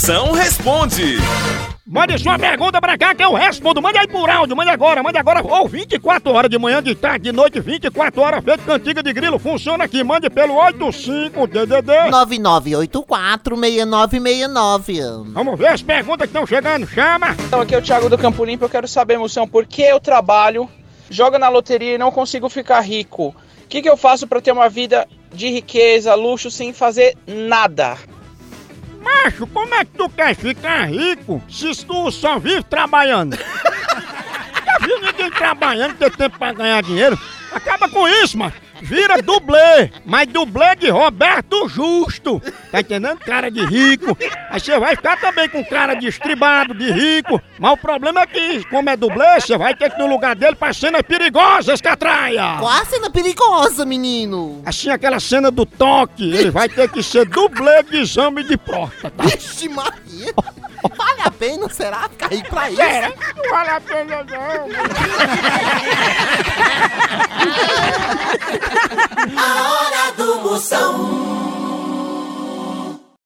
Moção responde. Mande sua pergunta pra cá que eu respondo. Mande aí por áudio, mande agora. Ou 24 horas de manhã, de tarde, de noite, 24 horas, feito cantiga de grilo. Funciona aqui, mande pelo 85-DDD 9984-6969. Vamos ver as perguntas que estão chegando, chama. Então, aqui é o Thiago do Campo Limpo. Eu quero saber, Moção, por que eu trabalho, jogo na loteria e não consigo ficar rico? O que eu faço pra ter uma vida de riqueza, luxo, sem fazer nada? Macho, como é que tu quer ficar rico se tu só vive trabalhando? Já viu ninguém trabalhando, ter tempo pra ganhar dinheiro? Acaba com isso, macho. Vira dublê, mas dublê de Roberto Justo. Tá entendendo? Cara de rico. Aí você vai ficar também com cara de estribado, de rico. Mas o problema é que, como é dublê, você vai ter que ir no lugar dele pra cenas perigosas que atraia. Qual a cena perigosa, menino? Assim, aquela cena do toque, ele vai ter que ser dublê de exame de próstata. Vixe Maria! Vale a pena, será? Ficar rico pra isso? Será? Não vale a pena não. A hora do Moção.